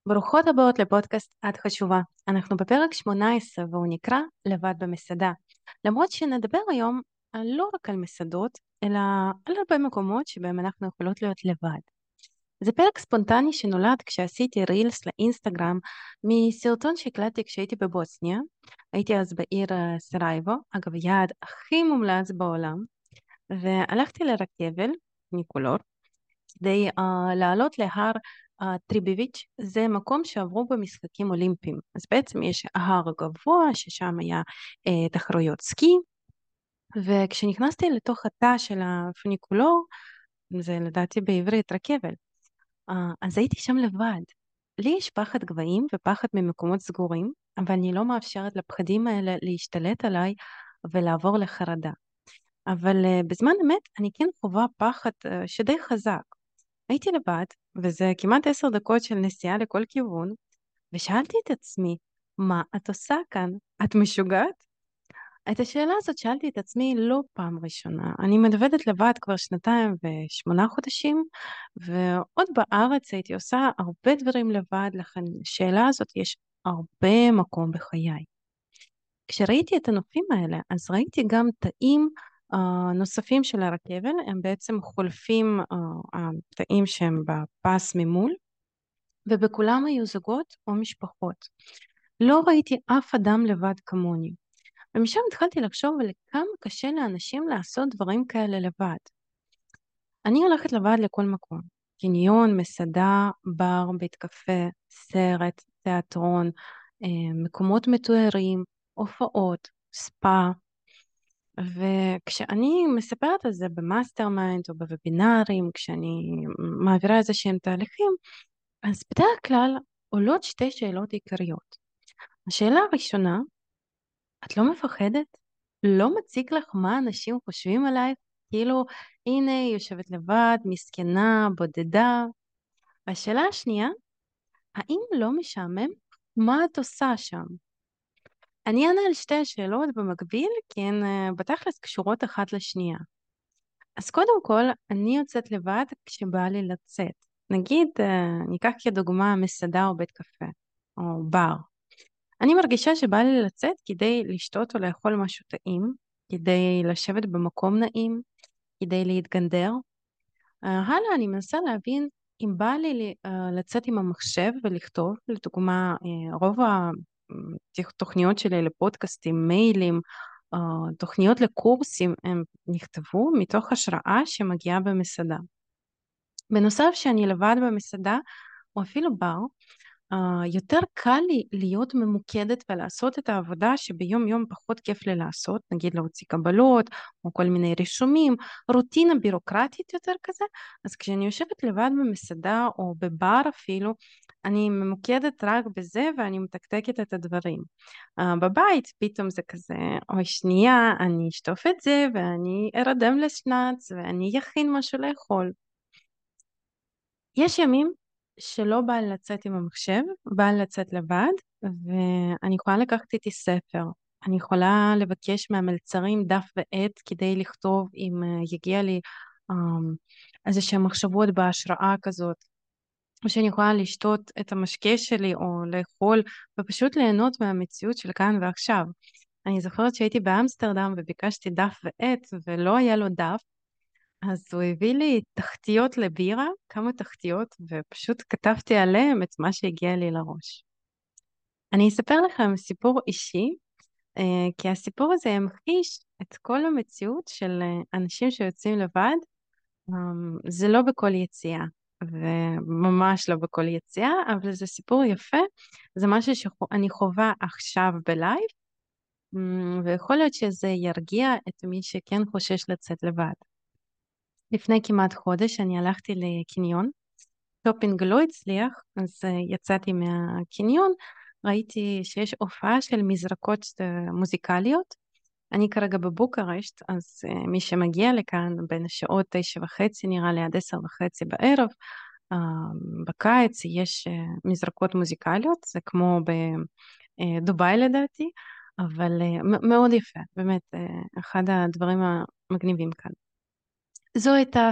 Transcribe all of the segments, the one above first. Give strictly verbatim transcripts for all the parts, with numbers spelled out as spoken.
ברוכות הבאות לפודקאסט את חשובה. אנחנו בפרק שמונה עשרה והוא נקרא לבד במסעדה. למרות שנדבר היום על- לא רק על מסעדות, אלא על הרבה מקומות שבהם אנחנו יכולות להיות לבד. זה פרק ספונטני שנולד כשעשיתי רילס לאינסטגרם מסרטון שהקלטתי כשהייתי בבוסניה. הייתי אז בעיר אה, סרייבו, אגב יעד הכי מומלץ בעולם, והלכתי לרכבל, ניקולור, כדי uh, לעלות להר uh, טריביביץ'. זה מקום שעברו במשחקים אולימפיים. אז בעצם יש הר גבוה ששם היה uh, תחרויות סקי, וכשנכנסתי לתוך התא של הפוניקולור, זה לדעתי בעברית רכבל, uh, אז הייתי שם לבד. לי יש פחד גבהים ופחד ממקומות סגורים, אבל אני לא מאפשרת לפחדים האלה להשתלט עליי ולעבור לחרדה. אבל uh, בזמן אמת אני כן חווה פחד uh, שדי חזק. הייתי לבד, וזה כמעט עשר דקות של נסיעה לכל כיוון, ושאלתי את עצמי, מה את עושה כאן? את משוגעת? את השאלה הזאת שאלתי את עצמי לא פעם ראשונה. אני מדוודת לבד כבר שנתיים ושמונה חודשים, ועוד בארץ הייתי עושה הרבה דברים לבד, לכן לשאלה הזאת יש הרבה מקום בחיי. כשראיתי את הנופים האלה, אז ראיתי גם תאים uh, נוספים של הרכבל, הם בעצם חולפים uh, התאים שהם בפס ממול, ובכולם היו זוגות או משפחות. לא ראיתי אף אדם לבד כמוני. ומשם התחלתי לחשוב על כמה קשה לאנשים לעשות דברים כאלה לבד. אני הולכת לבד לכל מקום. קניון, מסעדה, בר, בית קפה, סרט, תיאטרון, אה, מקומות מתוארים, הופעות, ספא. וכשאני מספרת על זה במאסטר מיינד או בוובינארים, כשאני מעבירה איזה שהם תהליכים, אז בדרך כלל עולות שתי שאלות עיקריות. השאלה הראשונה, את לא מפחדת? לא מציק לך מה אנשים חושבים עלייך? כאילו, הנה, היא יושבת לבד, מסכנה, בודדה. והשאלה השנייה, האם לא משעמם? מה את עושה שם? אני אענה על שתי השאלות במקביל, כי הן אה, בתכלס קשורות אחת לשנייה. אז קודם כל, אני יוצאת לבד כשבא לי לצאת. נגיד, אה, ניקח כדוגמה מסעדה או בית קפה, או בר. אני מרגישה שבא לי לצאת כדי לשתות או לאכול משהו טעים, כדי לשבת במקום נעים, כדי להתגנדר. אה, הלאה, אני מנסה להבין אם בא לי אה, לצאת עם המחשב ולכתוב, לדוגמה, אה, רוב התוכניות שלי לפודקאסטים, מיילים, אה, תוכניות לקורסים, הם נכתבו מתוך השראה שמגיעה במסעדה. בנוסף, שאני לבד במסעדה, או אפילו בר, Uh, יותר קל לי להיות ממוקדת ולעשות את העבודה שביום יום פחות כיף לי לעשות, נגיד להוציא קבלות או כל מיני רישומים, רוטינה בירוקרטית יותר כזה. אז כשאני יושבת לבד במסעדה או בבר אפילו, אני ממוקדת רק בזה ואני מתקתקת את הדברים. Uh, בבית פתאום זה כזה, אוי שנייה, אני אשטוף את זה ואני ארדם לשנץ ואני אכין משהו לאכול. יש ימים שלא בא לי לצאת עם המחשב, בא לי לצאת לבד, ואני יכולה לקחת איתי ספר. אני יכולה לבקש מהמלצרים דף ועט כדי לכתוב אם אה, יגיע לי אמ, איזה שהן מחשבות בהשראה כזאת, או שאני יכולה לשתות את המשקה שלי או לאכול ופשוט ליהנות מהמציאות של כאן ועכשיו. אני זוכרת שהייתי באמסטרדם וביקשתי דף ועט ולא היה לו דף, אז הוא הביא לי תחתיות לבירה, כמה תחתיות, ופשוט כתבתי עליהם את מה שהגיע לי לראש. אני אספר לכם סיפור אישי, אה, כי הסיפור הזה ימחיש את כל המציאות של אה, אנשים שיוצאים לבד. אמ, זה לא בכל יציאה, וממש לא בכל יציאה, אבל זה סיפור יפה, זה משהו שאני חווה עכשיו בלייב, אמ, ויכול להיות שזה ירגיע את מי שכן חושש לצאת לבד. לפני כמעט חודש אני הלכתי לקניון, שופינג לא הצליח, אז אה, יצאתי מהקניון, ראיתי שיש הופעה של מזרקות אה, מוזיקליות. אני כרגע בבוקרשט, אז אה, מי שמגיע לכאן בין השעות תשע וחצי נראה לי עד עשר וחצי בערב, אה, בקיץ יש אה, מזרקות מוזיקליות, זה כמו בדובאי לדעתי, אבל אה, מ- מאוד יפה, באמת אה, אחד הדברים המגניבים כאן. זו הייתה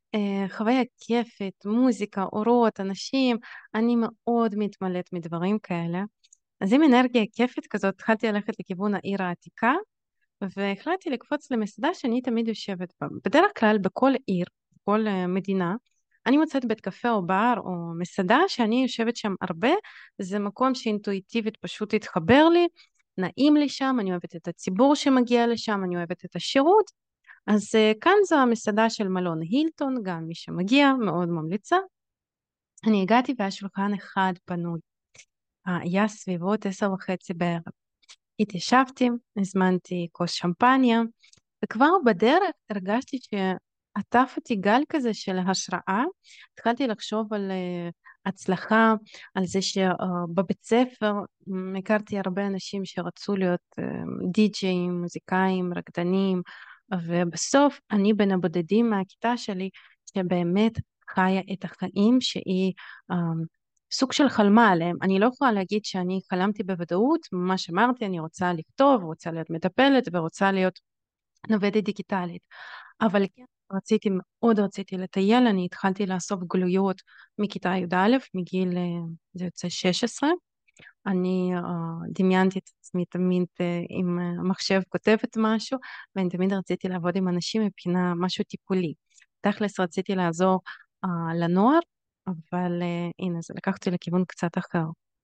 אה, חוויה כיפית, מוזיקה, אורות, אנשים, אני מאוד מתמלאת מדברים כאלה. אז עם אנרגיה כיפית כזאת, התחלתי ללכת לכיוון העיר העתיקה, והחלטתי לקפוץ למסעדה שאני תמיד יושבת בה. בדרך כלל בכל עיר, בכל אה, מדינה, אני מוצאת בית קפה או בר או מסעדה שאני יושבת שם הרבה, זה מקום שאינטואיטיבית פשוט התחבר לי, נעים לי שם, אני אוהבת את הציבור שמגיע לשם, אני אוהבת את השירות, אז אה, כאן זו המסעדה של מלון הילטון, גם מי שמגיע מאוד ממליצה. אני הגעתי והיה שולחן אחד פנוי, אה, היה סביבות עשר וחצי בערב. התיישבתי, הזמנתי כוס שמפניה, וכבר בדרך הרגשתי שעטף אותי גל כזה של השראה. התחלתי לחשוב על uh, הצלחה, על זה שבבית ספר um, הכרתי הרבה אנשים שרצו להיות uh, די-ג'אים, מוזיקאים, רקדנים, ובסוף אני בין הבודדים מהכיתה שלי שבאמת חיה את החיים שהיא um, סוג של חלמה עליהם. אני לא יכולה להגיד שאני חלמתי בוודאות, ממש אמרתי, אני רוצה לכתוב, רוצה להיות מטפלת ורוצה להיות נוודת דיגיטלית. אבל כן, רציתי, מאוד רציתי לטייל, אני התחלתי לאסוף גלויות מכיתה י"א, מגיל, אה, זה יוצא שש עשרה. אני uh, דמיינתי את עצמי תמיד uh, עם uh, מחשב כותבת משהו, ואני תמיד רציתי לעבוד עם אנשים מבחינה משהו טיפולי. תכלס רציתי לעזור uh, לנוער, אבל uh, הנה, זה לקח אותי לכיוון קצת אחר.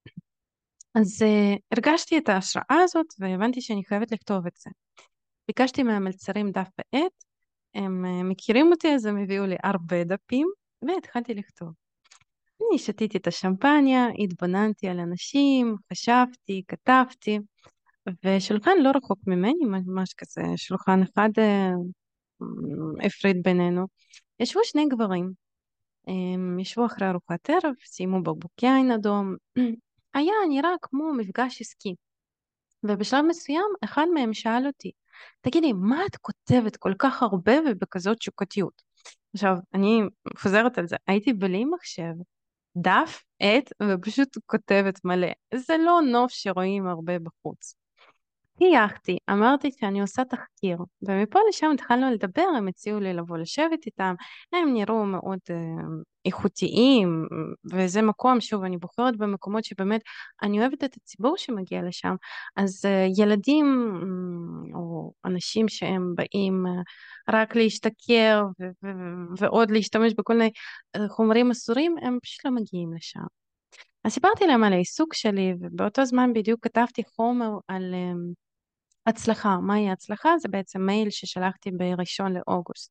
אז uh, הרגשתי את ההשראה הזאת, והבנתי שאני חייבת לכתוב את זה. ביקשתי מהמלצרים דף ועט, הם uh, מכירים אותי, אז הם הביאו לי הרבה דפים, והתחלתי לכתוב. אני שתיתי את השמפניה, התבוננתי על אנשים, חשבתי, כתבתי, ושולחן לא רחוק ממני, ממש כזה, שולחן אחד אה, הפריד בינינו. ישבו שני גברים, הם ישבו אחרי ארוחת ערב, סיימו בקבוק יין אדום, היה נראה כמו מפגש עסקי, ובשלב מסוים אחד מהם שאל אותי, תגידי, מה את כותבת כל כך הרבה ובכזאת שוקתיות? עכשיו, אני חוזרת על זה, הייתי בלי מחשב, דף, עט, ופשוט כותבת מלא. זה לא נוף שרואים הרבה בחוץ. חייכתי, אמרתי שאני עושה תחקיר, ומפה לשם התחלנו לדבר, הם הציעו לי לבוא לשבת איתם, הם נראו מאוד אה, איכותיים, וזה מקום, שוב, אני בוחרת במקומות שבאמת אני אוהבת את הציבור שמגיע לשם, אז אה, ילדים אה, או אנשים שהם באים אה, רק להשתכר ו- ו- ועוד להשתמש בכל מיני אה, חומרים אסורים, הם פשוט לא מגיעים לשם. אז סיפרתי להם על העיסוק שלי, ובאותו זמן בדיוק כתבתי חומר על אה, הצלחה. מהי הצלחה? זה בעצם מייל ששלחתי בראשון לאוגוסט.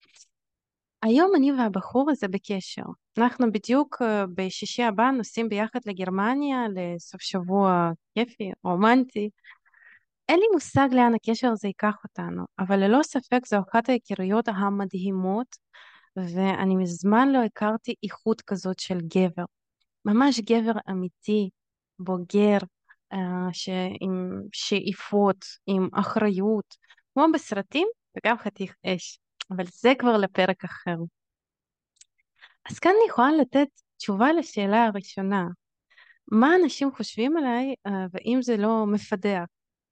היום אני והבחור הזה בקשר. אנחנו בדיוק אה, בשישי הבא נוסעים ביחד לגרמניה לסוף שבוע כיפי, רומנטי. אין לי מושג לאן הקשר הזה ייקח אותנו, אבל ללא ספק זו אחת ההיכרויות המדהימות, ואני מזמן לא הכרתי איכות כזאת של גבר. ממש גבר אמיתי, בוגר, אה, ש... עם שאיפות, עם אחריות, כמו בסרטים וגם חתיך אש, אבל זה כבר לפרק אחר. אז כאן אני יכולה לתת תשובה לשאלה הראשונה, מה אנשים חושבים עליי, אה, ואם זה לא מפדח?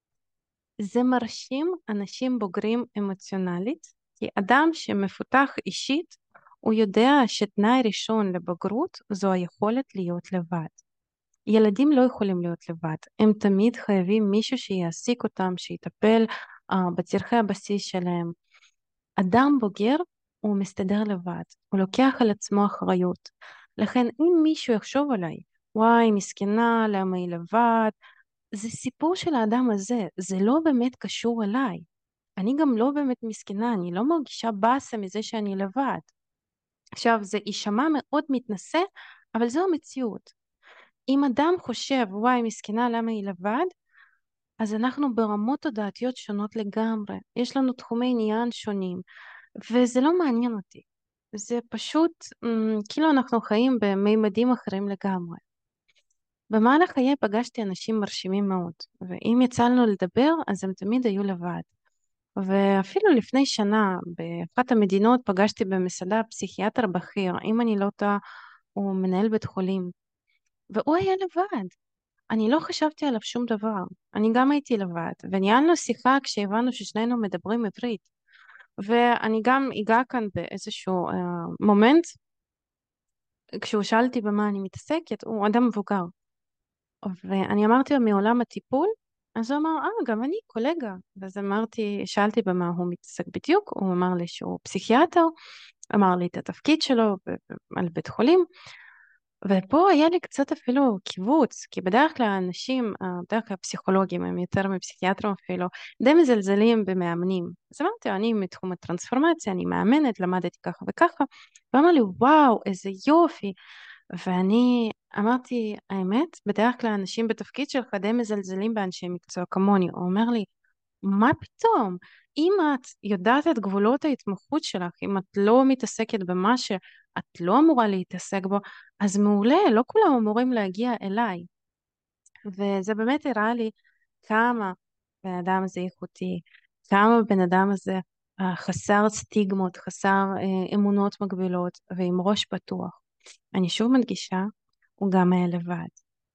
זה מרשים אנשים בוגרים אמוציונלית, כי אדם שמפותח אישית, הוא יודע שתנאי ראשון לבגרות זו היכולת להיות לבד. ילדים לא יכולים להיות לבד, הם תמיד חייבים מישהו שיעסיק אותם, שיטפל uh, בצרכי הבסיס שלהם. אדם בוגר הוא מסתדר לבד, הוא לוקח על עצמו אחריות. לכן אם מישהו יחשוב עליי, וואי מסכנה, למה היא לבד, זה סיפור של האדם הזה, זה לא באמת קשור אליי. אני גם לא באמת מסכנה, אני לא מרגישה באסה מזה שאני לבד. עכשיו זה יישמע מאוד מתנשא, אבל זו המציאות. אם אדם חושב, וואי, מסכנה, למה היא לבד? אז אנחנו ברמות תודעתיות שונות לגמרי. יש לנו תחומי עניין שונים, וזה לא מעניין אותי. זה פשוט, מ, כאילו אנחנו חיים במימדים אחרים לגמרי. במהלך חיי פגשתי אנשים מרשימים מאוד, ואם יצא לנו לדבר, אז הם תמיד היו לבד. ואפילו לפני שנה, באחת המדינות פגשתי במסעדה פסיכיאטר בכיר, אם אני לא טועה, הוא מנהל בית חולים, והוא היה לבד. אני לא חשבתי עליו שום דבר. אני גם הייתי לבד, וניהלנו שיחה כשהבנו ששנינו מדברים עברית. ואני גם אגע כאן באיזשהו אה, מומנט, כשהוא שאלתי במה אני מתעסקת, הוא אדם מבוגר, ואני אמרתי לו מעולם הטיפול, אז הוא אמר, אה, גם אני קולגה. ואז אמרתי, שאלתי במה הוא מתעסק בדיוק, הוא אמר לי שהוא פסיכיאטר, אמר לי את התפקיד שלו ב- ב- על בית חולים, ופה היה לי קצת אפילו קיבוץ, כי בדרך כלל האנשים, אה, בדרך כלל פסיכולוגים, הם יותר מפסיכיאטרים אפילו, די מזלזלים במאמנים. אז אמרתי, אני מתחום הטרנספורמציה, אני מאמנת, למדתי ככה וככה, ואמר לי, וואו, איזה יופי. ואני אמרתי, האמת, בדרך כלל אנשים בתפקיד שלך די מזלזלים באנשי מקצוע כמוני. הוא אומר לי, מה פתאום? אם את יודעת את גבולות ההתמחות שלך, אם את לא מתעסקת במה שאת לא אמורה להתעסק בו, אז מעולה, לא כולם אמורים להגיע אליי. וזה באמת הראה לי כמה בן אדם הזה איכותי, כמה בן אדם הזה אה, חסר סטיגמות, חסר אה, אמונות מגבילות ועם ראש פתוח. אני שוב מדגישה, הוא גם היה לבד.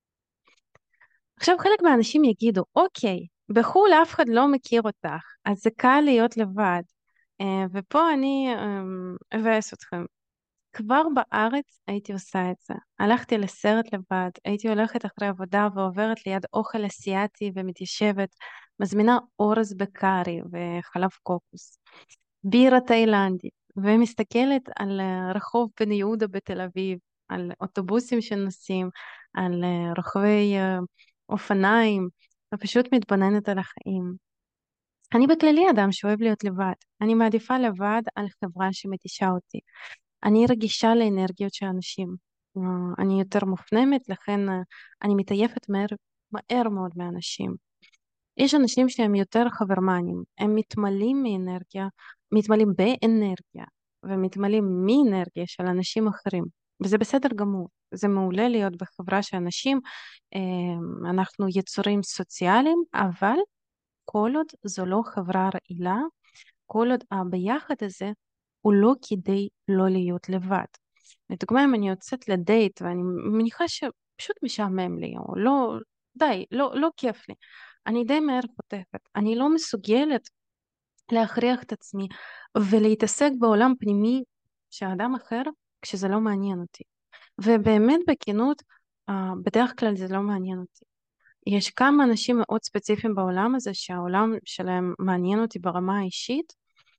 עכשיו חלק מהאנשים יגידו, אוקיי, בחו"ל אף אחד לא מכיר אותך, אז זה קל להיות לבד. אה, ופה אני אמ, אבאס אתכם. כבר בארץ הייתי עושה את זה. הלכתי לסרט לבד, הייתי הולכת אחרי עבודה ועוברת ליד אוכל אסיאתי ומתיישבת, מזמינה אורז בקארי וחלב קוקוס, בירה תאילנדית, ומסתכלת על אה, רחוב בן יהודה בתל אביב, על אוטובוסים שנוסעים, על אה, רוכבי אה, אופניים, ופשוט מתבוננת על החיים. אני בכללי אדם שאוהב להיות לבד. אני מעדיפה לבד על חברה שמתישה אותי. אני רגישה לאנרגיות של אנשים. אה, אני יותר מופנמת, לכן אה, אני מתעייפת מהר, מהר מאוד מאנשים. יש אנשים שהם יותר חברמנים, הם מתמלאים מאנרגיה, מתמלאים באנרגיה, ומתמלאים מאנרגיה של אנשים אחרים. וזה בסדר גמור, זה מעולה להיות בחברה של אנשים, אה, אנחנו יצורים סוציאליים, אבל כל עוד זו לא חברה רעילה, כל עוד הביחד הזה הוא לא כדי לא להיות לבד. לדוגמה, אם אני יוצאת לדייט ואני מניחה שפשוט משעמם לי, או לא, די, לא, לא כיף לי, אני די מהר חוטפת. אני לא מסוגלת להכריח את עצמי ולהתעסק בעולם פנימי של אדם אחר כשזה לא מעניין אותי. ובאמת בכנות, אה, בדרך כלל זה לא מעניין אותי. יש כמה אנשים מאוד ספציפיים בעולם הזה שהעולם שלהם מעניין אותי ברמה האישית.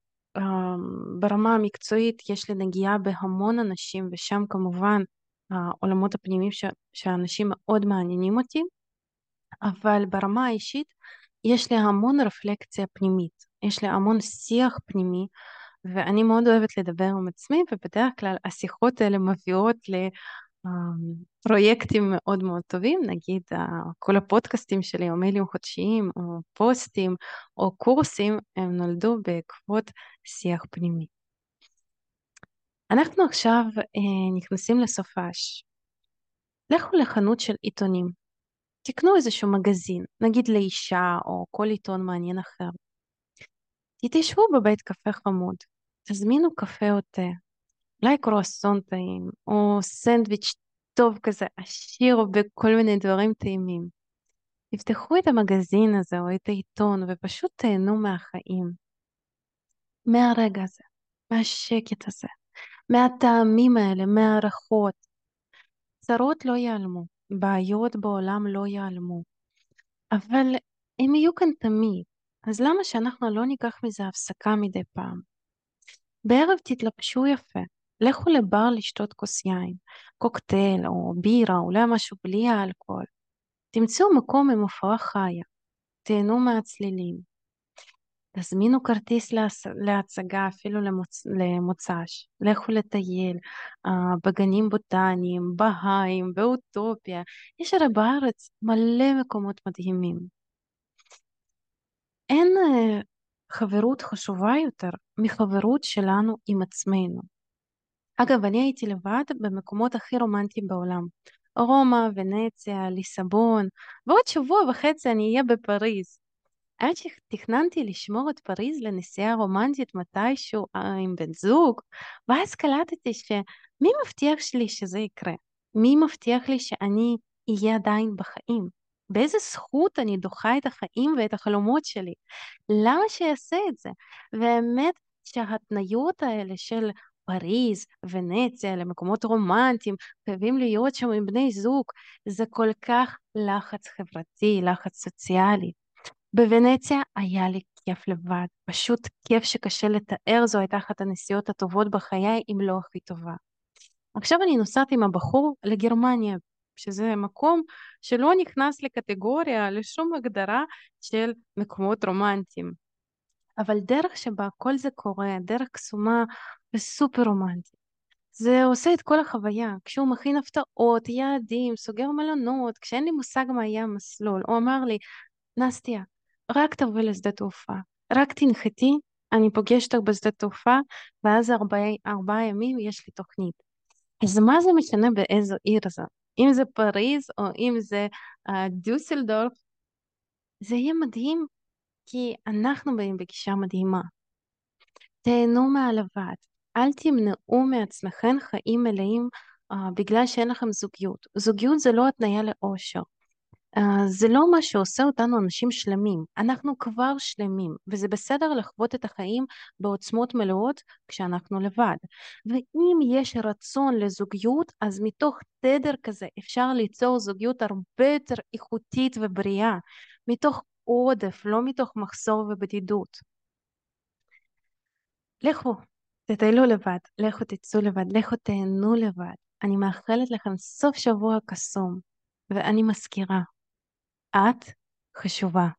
אמ, ברמה המקצועית יש לי נגיעה בהמון אנשים, ושם כמובן העולמות הפנימיים ש- שהאנשים מאוד מעניינים אותי, אבל ברמה האישית יש לי המון רפלקציה פנימית, יש לי המון שיח פנימי, ואני מאוד אוהבת לדבר עם עצמי, ובדרך כלל השיחות האלה מביאות לפרויקטים מאוד מאוד טובים, נגיד אה, כל הפודקאסטים שלי, או מיילים חודשיים, או פוסטים, או קורסים, הם נולדו בעקבות שיח פנימי. אנחנו עכשיו אה, נכנסים לסופש. לכו לחנות של עיתונים, תקנו איזשהו מגזין, נגיד לאישה או כל עיתון מעניין אחר. תתיישבו בבית קפה חמוד, תזמינו קפה או תה, אולי קרואסון טעים, או סנדוויץ' טוב כזה עשיר בכל מיני דברים טעימים. תפתחו את המגזין הזה או את העיתון ופשוט תהנו מהחיים, מהרגע הזה, מהשקט הזה, מהטעמים האלה, מהריחות. צרות לא ייעלמו, בעיות בעולם לא ייעלמו, אבל הם יהיו כאן תמיד. אז למה שאנחנו לא ניקח מזה הפסקה מדי פעם? בערב תתלבשו יפה, לכו לבר לשתות כוס יין, קוקטייל או בירה, אולי משהו בלי האלכוהול. תמצאו מקום עם הופעה חיה, תהנו מהצלילים. תזמינו כרטיס להצ... להצגה אפילו למוצ... למוצ"ש, לכו לטייל uh, בגנים בוטניים, בהיים, באוטופיה. יש הרי בארץ מלא מקומות מדהימים. אין uh, חברות חשובה יותר מחברות שלנו עם עצמנו. אגב, אני הייתי לבד במקומות הכי רומנטיים בעולם. רומא, ונציה, ליסבון, ועוד שבוע וחצי אני אהיה בפריז. האמת שתכננתי לשמור את פריז לנסיעה רומנטית מתישהו אה, עם בן זוג, ואז קלטתי שמי מבטיח לי שזה יקרה? מי מבטיח לי שאני אהיה עדיין בחיים? באיזה זכות אני דוחה את החיים ואת החלומות שלי? למה שיעשה את זה? והאמת שההתניות האלה של פריז, ונציה, למקומות רומנטיים, חייבים להיות שם עם בני זוג, זה כל כך לחץ חברתי, לחץ סוציאלי. בוונציה היה לי כיף לבד, פשוט כיף שקשה לתאר, זו הייתה אחת הנסיעות הטובות בחיי, אם לא הכי טובה. עכשיו אני נוסעת עם הבחור לגרמניה, שזה מקום שלא נכנס לקטגוריה, לשום הגדרה של מקומות רומנטיים. אבל דרך שבה כל זה קורה, דרך קסומה וסופר רומנטית. זה עושה את כל החוויה, כשהוא מכין הפתעות, יעדים, סוגר מלונות, כשאין לי מושג מה יהיה המסלול. הוא אמר לי, נסטיה, רק תבואי לשדה תעופה, רק תנחתי, אני פוגשת אותך בשדה תעופה, ואז ארבעה, ארבעה ימים יש לי תוכנית. אז מה זה משנה באיזו עיר זה? אם זה פריז או אם זה אה, דיוסלדורף, זה יהיה מדהים, כי אנחנו באים בגישה מדהימה. תהנו מהלבד, אל תמנעו מעצמכם חיים מלאים uh, בגלל שאין לכם זוגיות. זוגיות זה לא התניה לאושר. Uh, זה לא מה שעושה אותנו אנשים שלמים. אנחנו כבר שלמים, וזה בסדר לחוות את החיים בעוצמות מלאות כשאנחנו לבד. ואם יש רצון לזוגיות, אז מתוך תדר כזה אפשר ליצור זוגיות הרבה יותר איכותית ובריאה, מתוך עודף, לא מתוך מחסור ובדידות. לכו, תטיילו לבד, לכו תצאו לבד, לכו תהנו לבד. אני מאחלת לכם סוף שבוע קסום, ואני מזכירה, את חשובה.